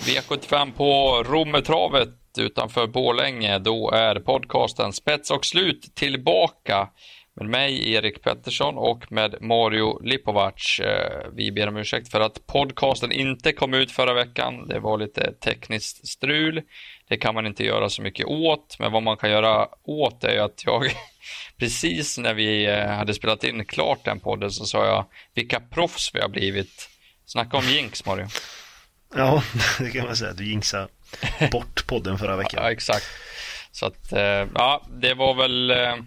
V75 på Rommetravet utanför Borlänge. Då är podcasten Spets och slut tillbaka med mig, Erik Pettersson, och med Mario Lipovac. Vi ber om ursäkt för att podcasten inte kom ut förra veckan. Det var lite tekniskt strul. Det kan man inte göra så mycket åt, men vad man kan göra åt är att jag precis när vi hade spelat in klart den podden så sa jag vilka proffs vi har blivit. Snacka om jinx, Mario. Ja, det kan man säga. Du jinxade bort podden förra veckan. Ja, exakt. Så att, ja, det var väl...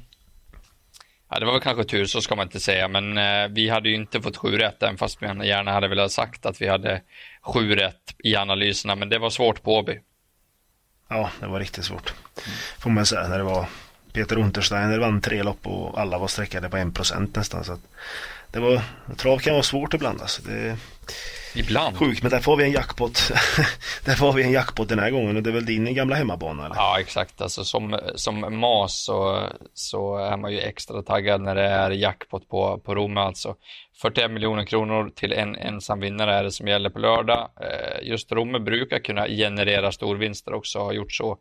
Ja, det var väl kanske tur, så ska man inte säga. Men vi hade ju inte fått 7 rätt än, fast man gärna hade velat sagt att vi hade 7 rätt i analyserna. Men det var svårt på Åby. Ja, det var riktigt svårt. Får man säga, när det var Peter Untersteiner vann 3 lopp och alla var sträckade på 1% nästan. Så att det var, trav kan vara svårt ibland. Alltså. Det Ibland. Sjukt, men där får vi en jackpot. Där får vi en jackpot den här gången, och det är väl din gamla hemmabana, eller? Ja, exakt. Alltså, som mas så är man ju extra taggad när det är jackpot på Romme. Alltså 41 miljoner kronor till en ensam vinnare är det som gäller på lördag. Just Romme brukar kunna generera storvinster också, har gjort så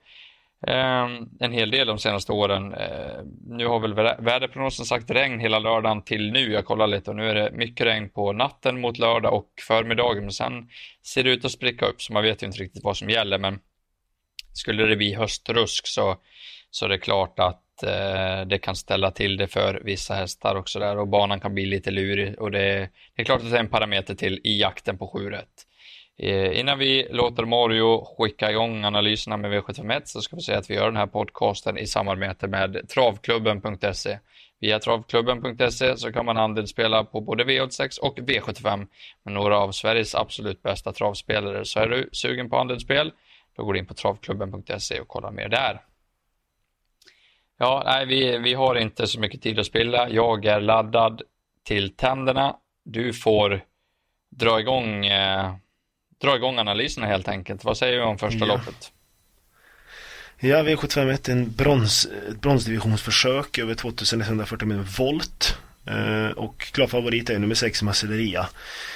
en hel del de senaste åren. Nu har väl väderprognosen sagt regn hela lördagen till nu. Jag kollar lite och nu är det mycket regn på natten mot lördag och förmiddagen. Men sen ser det ut att spricka upp, så man vet ju inte riktigt vad som gäller. Men skulle det bli höstrusk så är det klart att det kan ställa till det för vissa hästar också där. Och banan kan bli lite lurig. Och det är klart att det är en parameter till i jakten på 7 rätt. Innan vi låter Mario skicka igång analyserna med V751 så ska vi säga att vi gör den här podcasten i samarbete med travklubben.se. Via travklubben.se så kan man andelsspela på både V86 och V75 med några av Sveriges absolut bästa travspelare. Så är du sugen på andelsspel, då går du in på travklubben.se och kollar mer där. Ja, nej, vi har inte så mycket tid att spela. Jag är laddad till tänderna. Du får dra igång analyserna helt enkelt. Vad säger vi om första loppet? Ja, V751 är en bronsdivisionsförsök över 2140 meter volt. Och klar favorit är nummer 6 Marcelleria.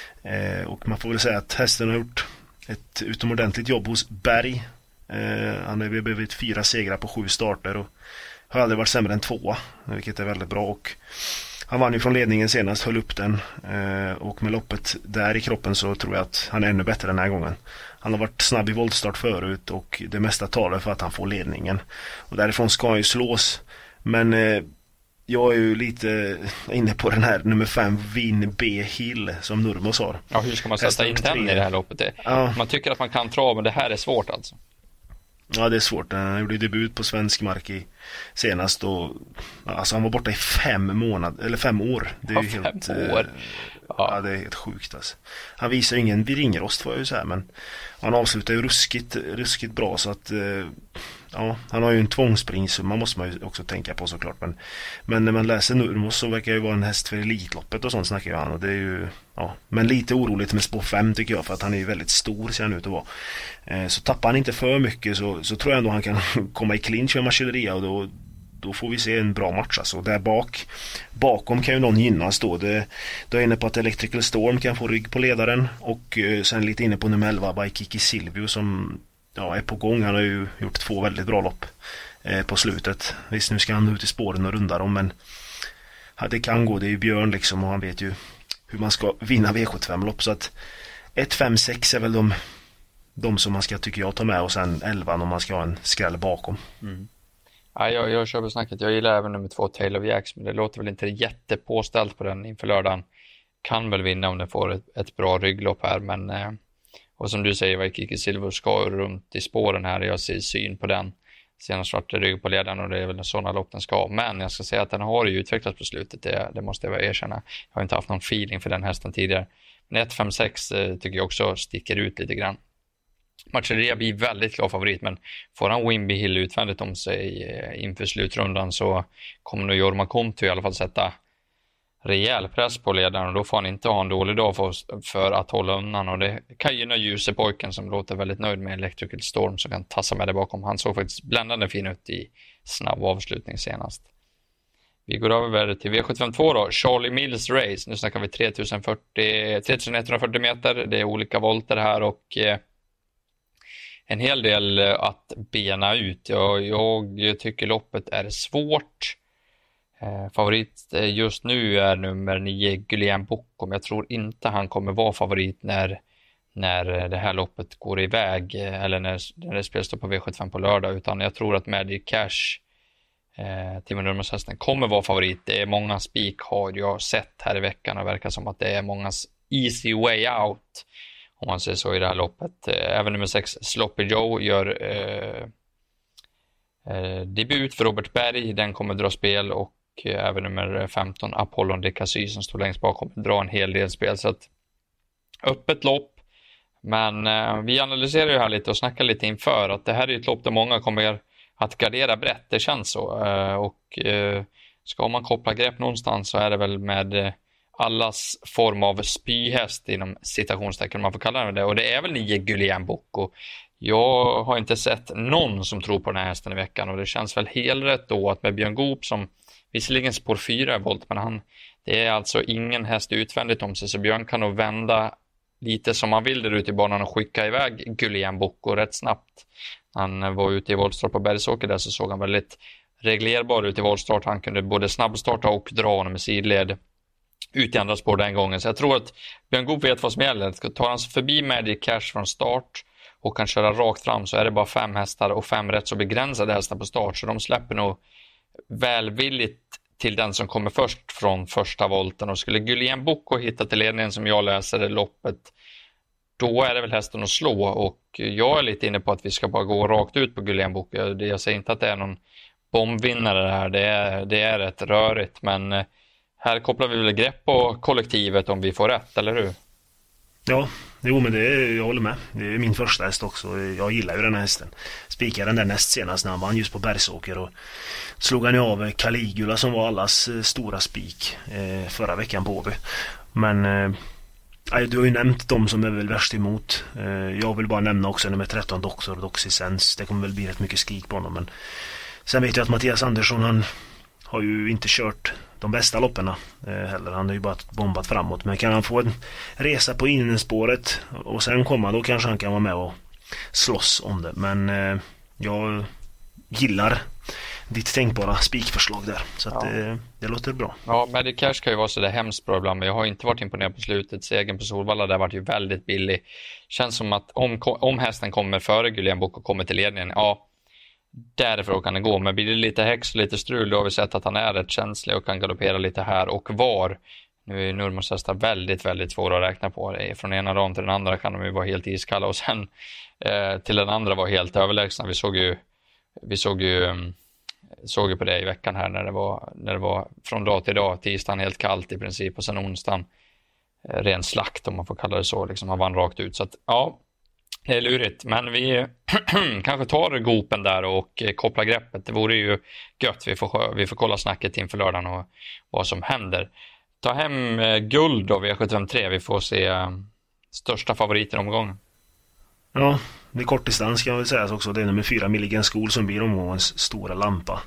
Och man får väl säga att hästen har gjort ett utomordentligt jobb hos Berg. Han har blivit 4 segrar på 7 starter och har aldrig varit sämre än 2, vilket är väldigt bra. Och han vann ju från ledningen senast, höll upp den, och med loppet där i kroppen så tror jag att han är ännu bättre den här gången. Han har varit snabb i voltstart förut och det mesta talar för att han får ledningen. Och därifrån ska han ju slås. Men jag är ju lite inne på den här nummer 5 Vin B Hill som Nurmos har. Ja, hur ska man sätta in den i det här loppet? Ja. Man tycker att man kan trav, men det här är svårt alltså. Ja, det är svårt. Han gjorde debut på svensk mark senast och alltså han var borta i 5 månader eller 5 år. Det är ju 5 helt år. Ja, det är helt sjukt alltså. Han visar ingen ringrost, får jag ju säga, men han avslutar ju ruskigt bra, så att ja, han har ju en tvångspringsumma, måste man ju också tänka på såklart, men när man läser Nurmos så verkar ju vara en häst för elitloppet och sånt snackar ju han, och det är ju men lite oroligt med spår 5 tycker jag, för att han är ju väldigt stor, ser han ut att vara. Så tappar han inte för mycket så tror jag ändå han kan komma i clinch med Marcelleria, och då får vi se en bra match alltså. Där bakom kan ju någon gynnas då. Då är jag inne på att Electrical Storm kan få rygg på ledaren, och sen lite inne på nummer 11 by Kiki Silvio som är på gång. Han har ju gjort 2 väldigt bra lopp på slutet. Visst, nu ska han ut i spåren och runda dem, men det kan gå. Det är ju Björn liksom, och han vet ju hur man ska vinna V75-lopp, så att 1, 5, 6 är väl de som man ska, tycker jag, ta med, och sen 11 om man ska ha en skräll bakom. Ja, jag kör på snacket. Jag gillar även nummer 2 Tale of Jacks, men det låter väl inte jättepåställt på den inför lördagen. Kan väl vinna om den får ett bra rygglopp här, men och som du säger, Waikiki Silver ska runt i spåren här. Jag ser syn på den. Senast vart det rygg på ledaren, och det är väl en sådana lopp den ska. Men jag ska säga att den har ju utvecklats på slutet. Det måste jag erkänna. Jag har inte haft någon feeling för den hästen tidigare. Men 1-5-6 tycker jag också sticker ut lite grann. Marcelleria blir väldigt klar favorit, men får han Wimby Hill utvändigt om sig inför slutrundan så kommer nog Jorma Konto i alla fall sätta rejäl press på ledaren, och då får han inte ha en dålig dag för att hålla undan, och det kan gynna Ljusepojken som låter väldigt nöjd med Electrical Storm som kan tassa med det bakom. Han såg faktiskt bländande fin ut i snabb avslutning senast. Vi går över till V752 då, Charlie Mills Race. Nu snackar vi 3140 meter, det är olika volter här, och en hel del att bena ut. Jag tycker loppet är svårt. Favorit just nu är nummer 9 Guillaume Bocom. Jag tror inte han kommer vara favorit när det här loppet går iväg eller när det spelas på V75 på lördag, utan jag tror att Magic Cash, Timo Nurmos-hästen, kommer vara favorit. Det är många spik har jag sett här i veckan och verkar som att det är mångas easy way out, om man säger så, i det här loppet. Även nummer 6 Sloppy Joe gör debut för Robert Berg, den kommer dra spel, och även nummer 15 Apollon de Cassy som står längst bak kommer dra en hel del spel, så att öppet lopp. Men vi analyserar ju här lite och snackar lite inför att det här är ett lopp där många kommer att gardera brett, det känns så. Och ska man koppla grepp någonstans så är det väl med allas form av spyhäst inom citationstecken, man får kalla det. Och det är väl 9 Guillaume Bocom. Jag har inte sett någon som tror på den här hästen i veckan, och det känns väl helrätt då att med Björn Goop, som visserligen spår 4 volt, men det är alltså ingen häst utvändigt om sig, så Björn kan nog vända lite som han vill där ute i banan och skicka iväg Guillaume Bocom rätt snabbt. Han var ute i voltstart på Bergsåker, där så såg han väldigt reglerbar ut i voltstart. Han kunde både snabbstarta och dra honom med sidled ut i andra spår den gången. Så jag tror att Björn Goop vet vad som gäller. Tar han förbi Magic Cash från start och kan köra rakt fram, så är det bara 5 hästar och 5 rätt så begränsade hästar på start. Så de släpper nog välvilligt till den som kommer först från första volten. Och skulle Guillaume Bocom hitta till ledningen som jag läser det loppet, då är det väl hästen att slå. Och jag är lite inne på att vi ska bara gå rakt ut på Guillaume Bocom. Jag säger inte att det är någon bombvinnare här. Det är rätt rörigt. Men här kopplar vi väl grepp på kollektivet om vi får rätt, eller hur? Ja, jo, men jag håller med. Det är min första häst också. Jag gillar ju den här hästen. Spikade den där näst senast när han vann just på Bergsåker, och slog han ju av Caligula som var allas stora spik förra veckan på Åby. Men du har ju nämnt de som är väl värst emot. Jag vill bara nämna också nummer 13 Doktor Doxysens. Det kommer väl bli rätt mycket skrik på honom, men sen vet jag att Mattias Andersson, han har ju inte kört de bästa lopperna heller. Han har ju bara bombat framåt. Men kan han få en resa på innerspåret och sen komma, då kanske han kan vara med och slåss om det. Men jag gillar ditt tänkbara spikförslag där. Så att det låter bra. Ja, Magic Cash kan ju vara så där hemskt bra ibland, men jag har inte varit imponerad på slutet. Segern på Solvalla där var ju väldigt billig. Känns som att om hästen kommer före Guillaume Bocom och kommer till ledningen, ja, därför kan det gå. Men blir det lite häx och lite strul, då har vi sett att han är rätt känslig och kan galoppera lite här och var. Nu är Nurmos hästar väldigt, väldigt svåra att räkna på. Från ena dagen till den andra kan de ju vara helt iskalla, och sen till den andra var helt överlägsna. Vi såg ju på det i veckan här när det var från dag till dag, tisdagen helt kallt i princip, och sen onsdagen ren slakt, om man får kalla det så, liksom han vann rakt ut. Så att ja, det är lurigt, men vi kanske tar gopen där och kopplar greppet. Det vore ju gött. Vi får kolla snacket inför lördagen och vad som händer. Ta hem guld då, V753. Vi får se största favoriten omgången. Ja, det är kortdistans kan jag väl säga också. Det är nummer 4 Milligan School som blir omgångens stora lampa.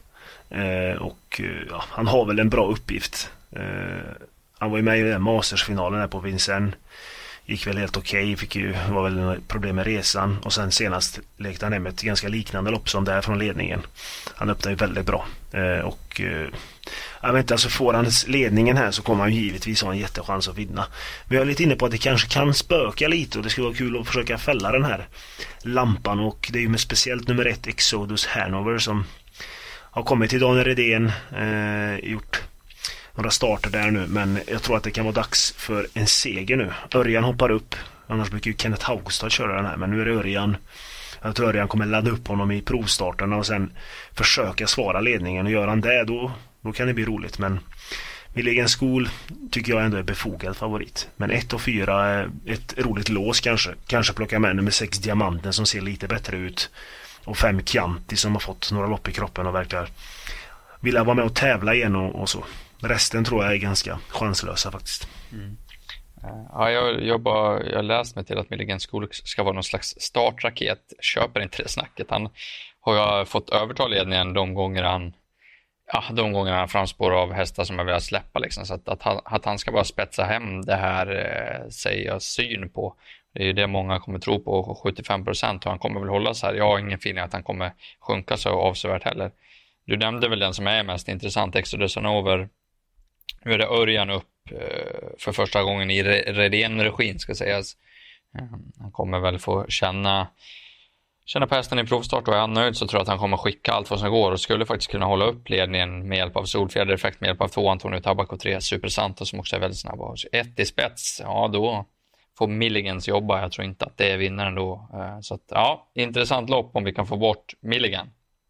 Han har väl en bra uppgift. Han var ju med i den Masters-finalen här på Vincennes. Gick väl helt okej, var väl problem med resan, och sen senast lekte han hem ett ganska liknande lopp som där från ledningen. Han öppnade ju väldigt bra. Jag vet inte, alltså får han ledningen här så kommer han givetvis ha en jättechans att vinna. Men jag är lite inne på att det kanske kan spöka lite, och det skulle vara kul att försöka fälla den här lampan, och det är ju med speciellt nummer 1 Exodus Hanover som har kommit till Daniel Redén, gjort några starter där nu, men jag tror att det kan vara dags för en seger nu. Örjan hoppar upp, annars brukar ju Kenneth Haugstad köra den här, men nu är det Örjan. Jag tror Örjan kommer ladda upp honom i provstarterna och sen försöka svara ledningen, och gör han det då kan det bli roligt. Men Milligan School tycker jag ändå är befogad favorit. Men 1 och 4 är ett roligt lås kanske plocka med nummer 6 Diamanten som ser lite bättre ut, och 5 Chianti som har fått några lopp i kroppen och verkar vilja vara med och tävla igen och så. Resten tror jag är ganska chanslösa faktiskt. Ja, jag läst mig till att Milligan School ska vara någon slags startraket. Köper inte det snacket. Han har jag fått överta ledningen de gånger han framspår av hästar som jag vill släppa liksom. Så att han ska bara spetsa hem det här säger jag syn på. Det är ju det många kommer tro på, 75%, och han kommer väl hålla så här. Jag har ingen feeling att han kommer sjunka så avsevärt heller. Du nämnde väl den som är mest intressant, Exodus Hanover. Nu är det Örjan upp för första gången i Redén-regin, ska sägas. Han kommer väl få känna på hästen i provstart, och är han nöjd så tror jag att han kommer skicka allt vad som går och skulle faktiskt kunna hålla upp ledningen med hjälp av Solfjäder-effekt, med hjälp av 2 Antonio Tabak och 3 Super Santos som också är väldigt snabb. 1 i spets, ja då får Milligans jobba. Jag tror inte att det är vinnaren då. Så att, ja, intressant lopp om vi kan få bort Milligan.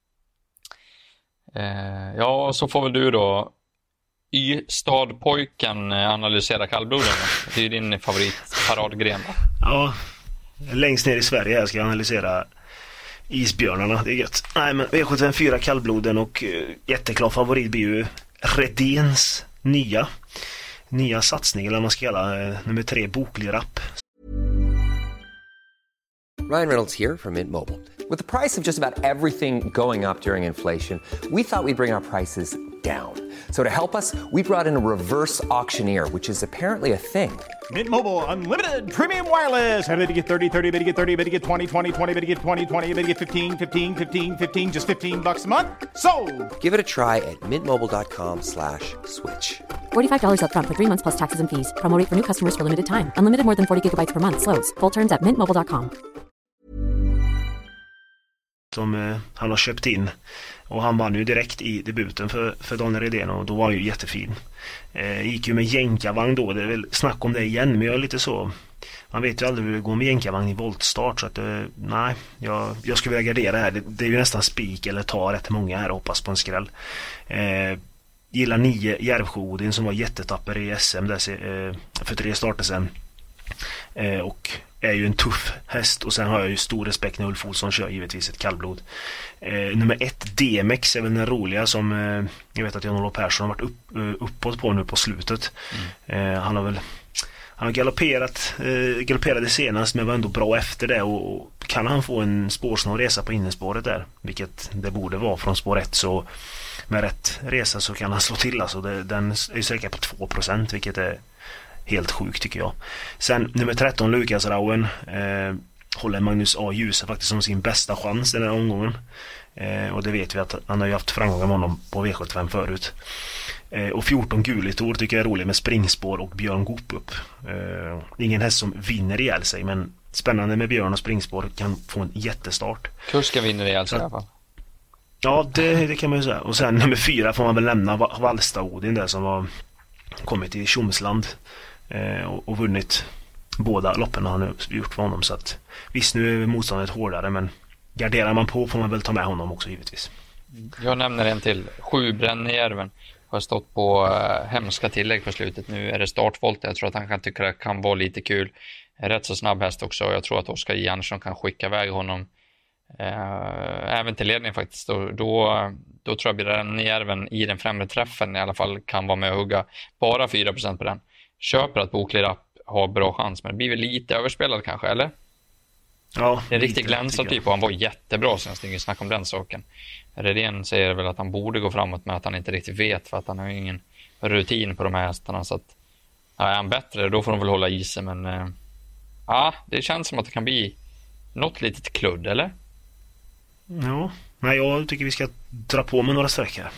Ja, så får väl du då Y-stadpojken analysera kallbloden. Det är ju din favoritparadgren. Ja, längst ner i Sverige här ska jag analysera isbjörnarna, det är gött. Nej, men V754 kallbloden, och jätteklar favorit blir ju Redéns nya satsning, eller vad man ska kalla nummer 3, Boklirapp. Ryan Reynolds here from Mint Mobile. With the price of just about everything going up during inflation, we thought we'd bring our prices down. So to help us, we brought in a reverse auctioneer, which is apparently a thing. Mint Mobile Unlimited Premium Wireless. How to get 30, 30, bit to get 30, bit to get 20, 20, 20, bit to get 20, 20, bit to get 15, 15, 15, 15, just $15 a month? Sold! Give it a try at mintmobile.com/switch. $45 up front for 3 months plus taxes and fees. Promo rate for new customers for limited time. Unlimited more than 40 gigabytes per month. Slows full terms at mintmobile.com. Som han har köpt in, och han vann ju direkt i debuten för Daniel Redén, och då var han ju jättefin. Gick ju med jänkarvagn då, det är väl snack om det igen, men jag är lite så, man vet ju aldrig hur det går med jänkarvagn i voltstart, så att nej, jag skulle vilja gardera här. Det är ju nästan spik eller ta rätt många här och hoppas på en skräll. Gillar 9 Järvsjö-Odin som var jättetapper i SM där, för 3 starter sen. Och är ju en tuff häst, och sen har jag ju stor respekt när Ulf Olsson kör givetvis ett kallblod. Nummer 1 DMX är väl den roliga som jag vet att Jan-Olof Persson har varit uppåt på nu på slutet. Han har galopperade senast, men var ändå bra efter det, och kan han få en spårsnår resa på innerspåret där, vilket det borde vara från spår 1, så med rätt resa så kan han slå till, alltså den är ju säkert på 2%, vilket är helt sjukt tycker jag. Sen nummer 13 Lukas Rauen håller Magnus A. Djuse faktiskt som sin bästa chans den här omgången, och det vet vi att han har ju haft framgång med honom på V75 förut. Och 14 Gulitor tycker jag är rolig med springspår och Björn Goop upp. Ingen häst som vinner ihjäl sig, men spännande med Björn och springspår, kan få en jättestart. Kusken vinner ihjäl sig i alla fall. Ja, det kan man ju säga. Och sen nummer 4 får man väl nämna Valsta-Odin där, som har kommit till Tjomsland och vunnit båda loppen han har gjort för honom. Så att visst, nu är motståndet hårdare, men garderar man på får man väl ta med honom också givetvis. Jag nämner en till, 7 Brännjärven. Har stått på hemska tillägg på slutet. Nu är det startvolt. Jag tror att han kan tycka det kan vara lite kul. Rätt så snabb häst också. Jag tror att Oskar J. Andersson kan skicka iväg honom även till ledning faktiskt. Då tror jag Brännjärven i den främre träffen i alla fall kan vara med och hugga. Bara 4% på den. Köper att Boklirapp har bra chans, men det blir väl lite överspelad kanske, eller? Ja, det är en riktig glänsad typ, och han var jättebra sen, det är ingen snack om den saken. Redén säger väl att han borde gå framåt, men att han inte riktigt vet, för att han har ju ingen rutin på de här hästarna, så att är han bättre, då får de väl hålla i sig, men ja, det känns som att det kan bli något litet kludd, eller? Ja, nej, jag tycker vi ska dra på med några streck här.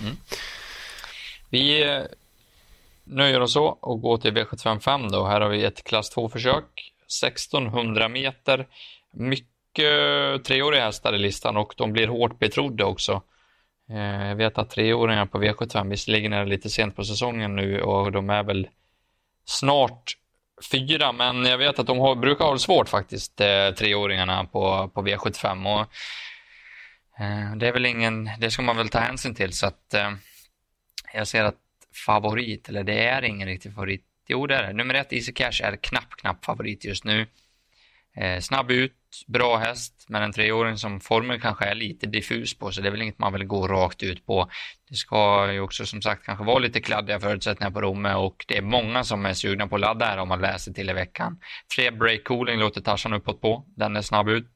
Vi nöjer oss så och går till V755 då. Här har vi ett klass 2-försök, 1600 meter, mycket treåriga hästar i listan, och de blir hårt betrodda också. Jag vet att treåringar på V75, visserligen är det lite sent på säsongen nu, och de är väl snart 4, men jag vet att de brukar ha det svårt faktiskt, treåringarna på V75, och det är väl det ska man väl ta hänsyn till, så att jag ser att favorit, eller det är ingen riktig favorit. Jo, det är det. Nummer 1 Easy Cash är knapp favorit just nu. Snabb ut, bra häst, men en 3-åring som formen kanske är lite diffus på, så det är väl inget man vill gå rakt ut på. Det ska ju också som sagt kanske vara lite kladdiga förutsättningar på Romme, och det är många som är sugna på att ladda här om man läser till i veckan. 3 Break Cooling låter Tarzan uppåt på, den är snabb ut.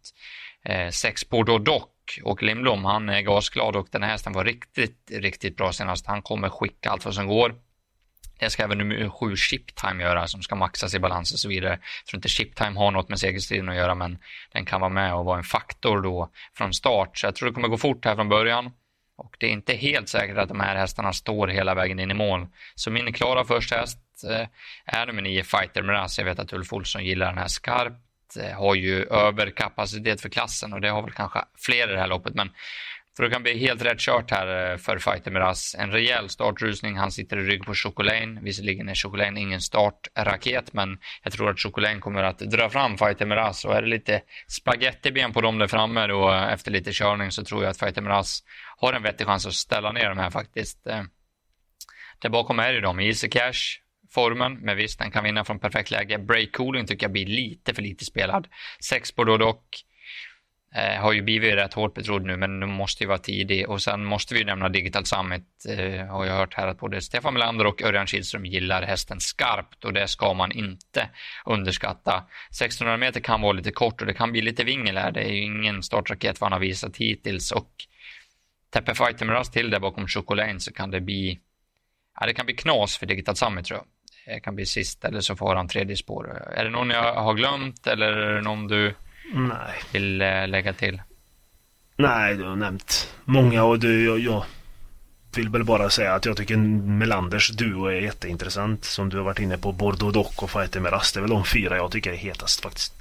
6 Bordeaux Dock och Lindblom, han är gasglad, och den här hästen var riktigt, riktigt bra senast. Han kommer skicka allt vad som går. Det ska även nummer 7 Shiptime göra, som ska maxas i balans och så vidare. Jag tror inte Shiptime har något med segerstriden att göra, men den kan vara med och vara en faktor då från start. Så jag tror det kommer gå fort här från början. Och det är inte helt säkert att de här hästarna står hela vägen in i mål. Så min klara första häst är nummer 9 Fighter Miraz. Jag vet att Ulf Olsson gillar den här skarpt. Har ju överkapacitet för klassen, och det har väl kanske fler i det här loppet, men för det kan bli helt rätt kört här för Fighter Miraz. En rejäl startrusning, han sitter i rygg på Chocolane. Visserligen är Chocolane ingen startraket, men jag tror att Chocolane kommer att dra fram Fighter Miraz, och är det lite spagettiben på dem där framme då, efter lite körning, så tror jag att Fighter Miraz har en vettig chans att ställa ner de här faktiskt. Där bakom är det de Easy Cash formen, men visst, den kan vinna från perfekt läge. Break Cooling tycker jag blir lite för lite spelad. 6 på dock. Har ju blivit rätt hårt betrodd nu, men de måste ju vara tidig. Och sen måste vi nämna Digital Summit. Har jag hört här att både Stefan Melander och Örjan Kihlström gillar hästen skarpt, och det ska man inte underskatta. 1600 meter kan vara lite kort och det kan bli lite vingel här. Det är ju ingen startraket vad han har visat hittills, och täpper Fighter Miraz till där bakom Chocolane, så kan det bli det kan bli knas för Digital Summit, tror jag. Det kan bli sist, eller så får han tredje spår. Är det någon jag har glömt, eller är det någon du vill lägga till? Nej, du har nämnt många, och jag vill väl bara säga att jag tycker Melanders duo är jätteintressant, som du har varit inne på. Bordeaux Dock och Fighter Miraz, det är väl de 4 jag tycker är hetast faktiskt.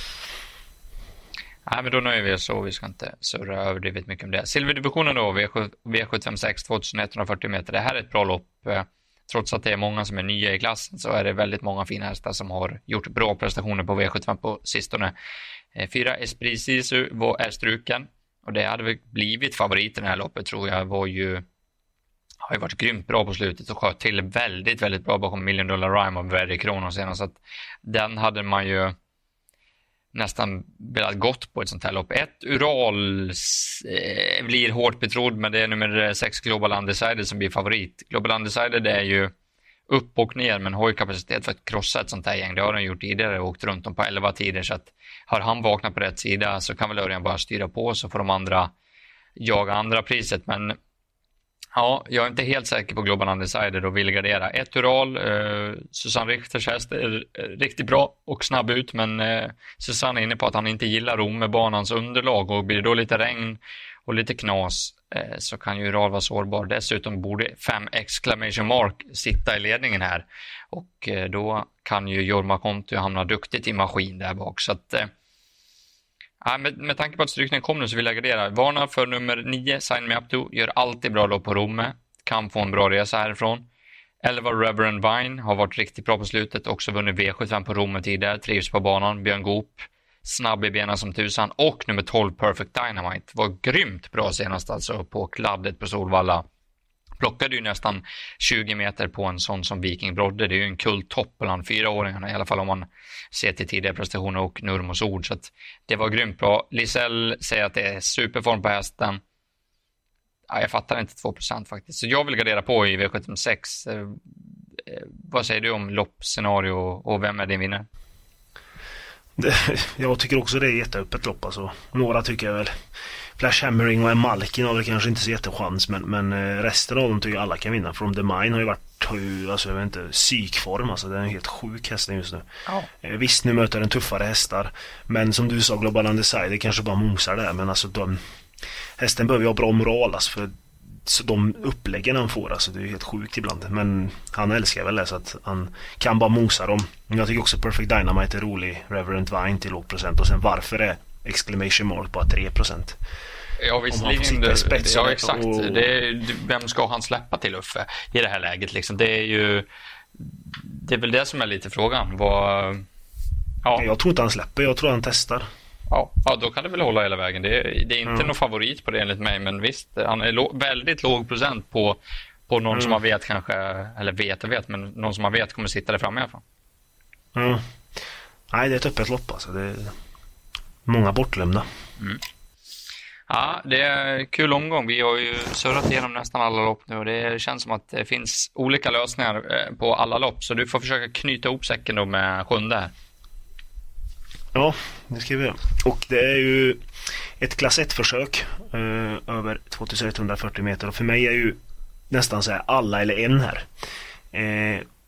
Nej, men då nöjer vi oss så. Vi ska inte surra överdrivet mycket om det. Silverdivisionen då, V756 2140 meter. Det här är ett bra lopp. Trots att det är många som är nya i klassen, så är det väldigt många fina hästar som har gjort bra prestationer på V75 på sistone. 4 Esprit Sisu är struken, och det hade väl blivit favoriten i det här loppet, tror jag. Har ju varit grymt bra på slutet och sköt till väldigt, väldigt bra bakom $1 Million Rhyme och Very Kronos senast. Så att den hade man ju nästan velat gått på ett sånt här lopp. 1 Ural blir hårt betrodd, men det är nummer 6 Global Undecided som blir favorit. Global Undecided är ju upp och ner, men har ju kapacitet för att krossa ett sånt här gäng. Det har han gjort tidigare och åkt runt dem på 11 tider, så att har han vaknat på rätt sida så kan väl Örjan bara styra på, så får de andra jaga andra priset. Men ja, jag är inte helt säker på Global Undecided och vill gardera. 1 Ural, Susanne Richters häst är riktigt bra och snabb ut, men Susanne är inne på att han inte gillar Rommebanans underlag, och blir det då lite regn och lite knas så kan ju Ural vara sårbar. Dessutom borde 5 Exclamation Mark sitta i ledningen här, och då kan ju Jorma Kontio hamna duktigt i maskin där bak. Så att med tanke på att strykningen kom nu, så vill jag gardera. Varna för nummer 9 Sign Me Up To, gör alltid bra lopp på Romme, kan få en bra resa härifrån. 11 Reverend Vine har varit riktigt bra på slutet, också vunnit V75 på Romme tidigare, trivs på banan. Björn Goop, snabb i benen som tusan. Och nummer 12 Perfect Dynamite var grymt bra senast, alltså på kladdet på Solvalla. Plockade ju nästan 20 meter på en sån som Viking Brodde. Det är ju en kul topp bland 4-åringarna, i alla fall om man ser till tidigare prestationer och Nurmos ord. Så att det var grymt bra. Lisell säger att det är superform på hästen. Ja, jag fattar inte 2% faktiskt. Så jag vill gardera på i V76. Vad säger du om loppscenario, och vem är din vinnare? Jag tycker också det är jätteöppet lopp. Alltså. Några tycker jag väl. Flash Hammering och Malkin har väl kanske inte så jättechans, men resten av dem tycker jag alla kan vinna. From the Mine har ju varit alltså, jag vet inte, psykform, alltså det är en helt sjuk häst just nu. Visst, nu möter den tuffare hästar, men som du sa, Global Undecided kanske bara mosar där, men alltså hästen behöver ju ha bra moral, alltså, för så de uppläggen han får, alltså det är ju helt sjukt ibland, men han älskar väl det, så att han kan bara mosa dem. Jag tycker också Perfect Dynamite är rolig, Reverend Vine till låg procent, och sen varför är Exclamation Mark bara 3%? Ja, visserligen, ja exakt. Vem ska han släppa till Uffe i det här läget liksom? Det är väl det som är lite frågan. Jag tror inte han släpper, jag tror han testar. Ja, då kan det väl hålla hela vägen. Det är inte någon favorit på det enligt mig, men visst, han är väldigt låg procent på någon som man vet kanske, eller vet, men någon som man vet kommer sitta där framme i alla fall. Nej, det är ett öppet lopp alltså. Det är många bortlämna. Ja, det är kul omgång. Vi har ju surrat igenom nästan alla lopp nu, och det känns som att det finns olika lösningar på alla lopp, så du får försöka knyta ihop säcken då med 7:e här. Ja, det ska vi göra. Och det är ju ett klass 1-försök över 2140 meter, och för mig är ju nästan så här alla eller en här.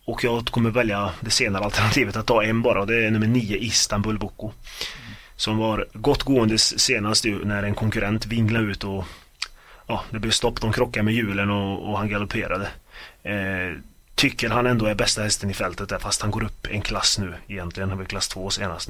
Och jag kommer välja det senare alternativet att ta en bara. Och det är nummer 9, Istanbul Boko. Som var gott gående senast när en konkurrent vinglade ut och det blev stopp. De krockade med hjulen och han galopperade. Tycker han ändå är bästa hästen i fältet där, fast han går upp en klass nu egentligen. Han var klass 2 senast.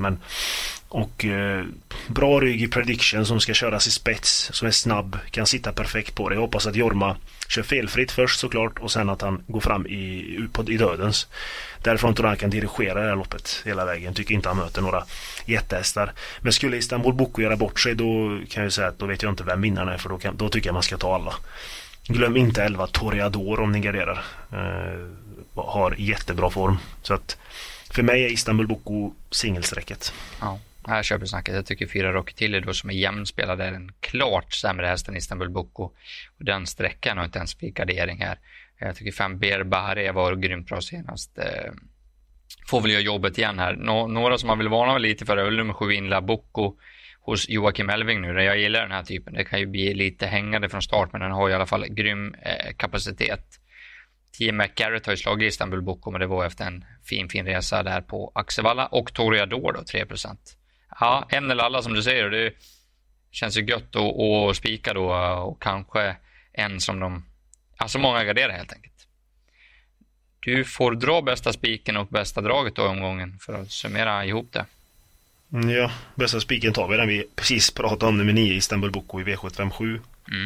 Bra rygg i prediction som ska köras i spets, som är snabb, kan sitta perfekt på det. Jag hoppas att Jorma kör felfritt först såklart och sen att han går fram i dödens. Därifrån tror jag han kan dirigera det här loppet hela vägen. Tycker inte han möter några jättehästar. Men skulle Istanbul Boko göra bort sig, då kan jag säga att då vet jag inte vem vinnaren är, för då tycker jag man ska ta alla. Glöm inte 11 Toreador om ni garderar. Har jättebra form. Så att för mig är Istanbul Boko singelsträcket. Ja, här köper snacket. Jag tycker 4 Rocketilly då, som är jämnspelad, är en klart sämre häst än Istanbul Boko. Och den sträckan har inte ens vid gardering här. Jag tycker 5 Ber Bahare var grymt bra senast. Får väl göra jobbet igen här. Några som man vill varna lite för är nummer 7 Inla Boko hos Joakim Elving nu. Jag gillar den här typen. Det kan ju bli lite hängande från start, men den har i alla fall grym kapacitet. 10 McGarrett har ju slagit Istanbul Boko, men det var efter en fin resa där på Axevalla. Och Toreador då, 3%. Ja, en eller alla som du säger. Det känns ju gött att spika då, och kanske en som de... Alltså många garderar helt enkelt. Du får dra bästa spiken och bästa draget då omgången för att summera ihop det. Ja, bästa spiken tar vi den vi precis pratade om, nummer 9 Istanbul Boko i V757.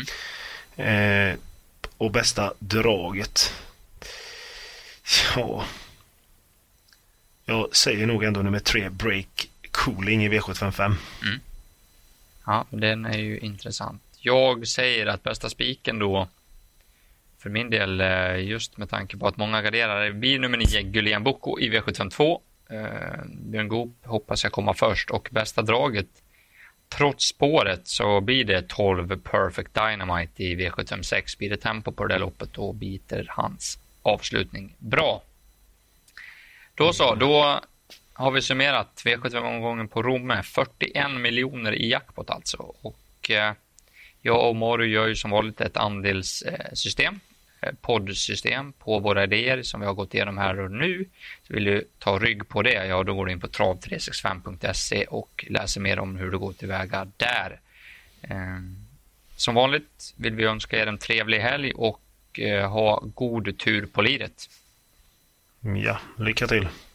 Och bästa draget. Ja. Jag säger nog ändå nummer 3 Break Cooling i V755. Ja, den är ju intressant. Jag säger att bästa spiken då, för min del, just med tanke på att många garderar, blir nummer 9 Gulen Boko i V752. Björn Goop hoppas jag komma först, och bästa draget trots spåret så blir det 12 Perfect Dynamite i V756. Blir det tempo på det loppet, då biter hans avslutning bra. Då har vi summerat V75-omgången på Romme. 41 miljoner i jackpot alltså, och jag och Mario gör ju som vanligt ett andelssystem, poddsystem på våra idéer som vi har gått igenom här och nu. Så vill du ta rygg på det, då går du in på trav365.se och läser mer om hur det går tillväga där. Som vanligt vill vi önska er en trevlig helg och ha god tur på liret. Ja, lycka till.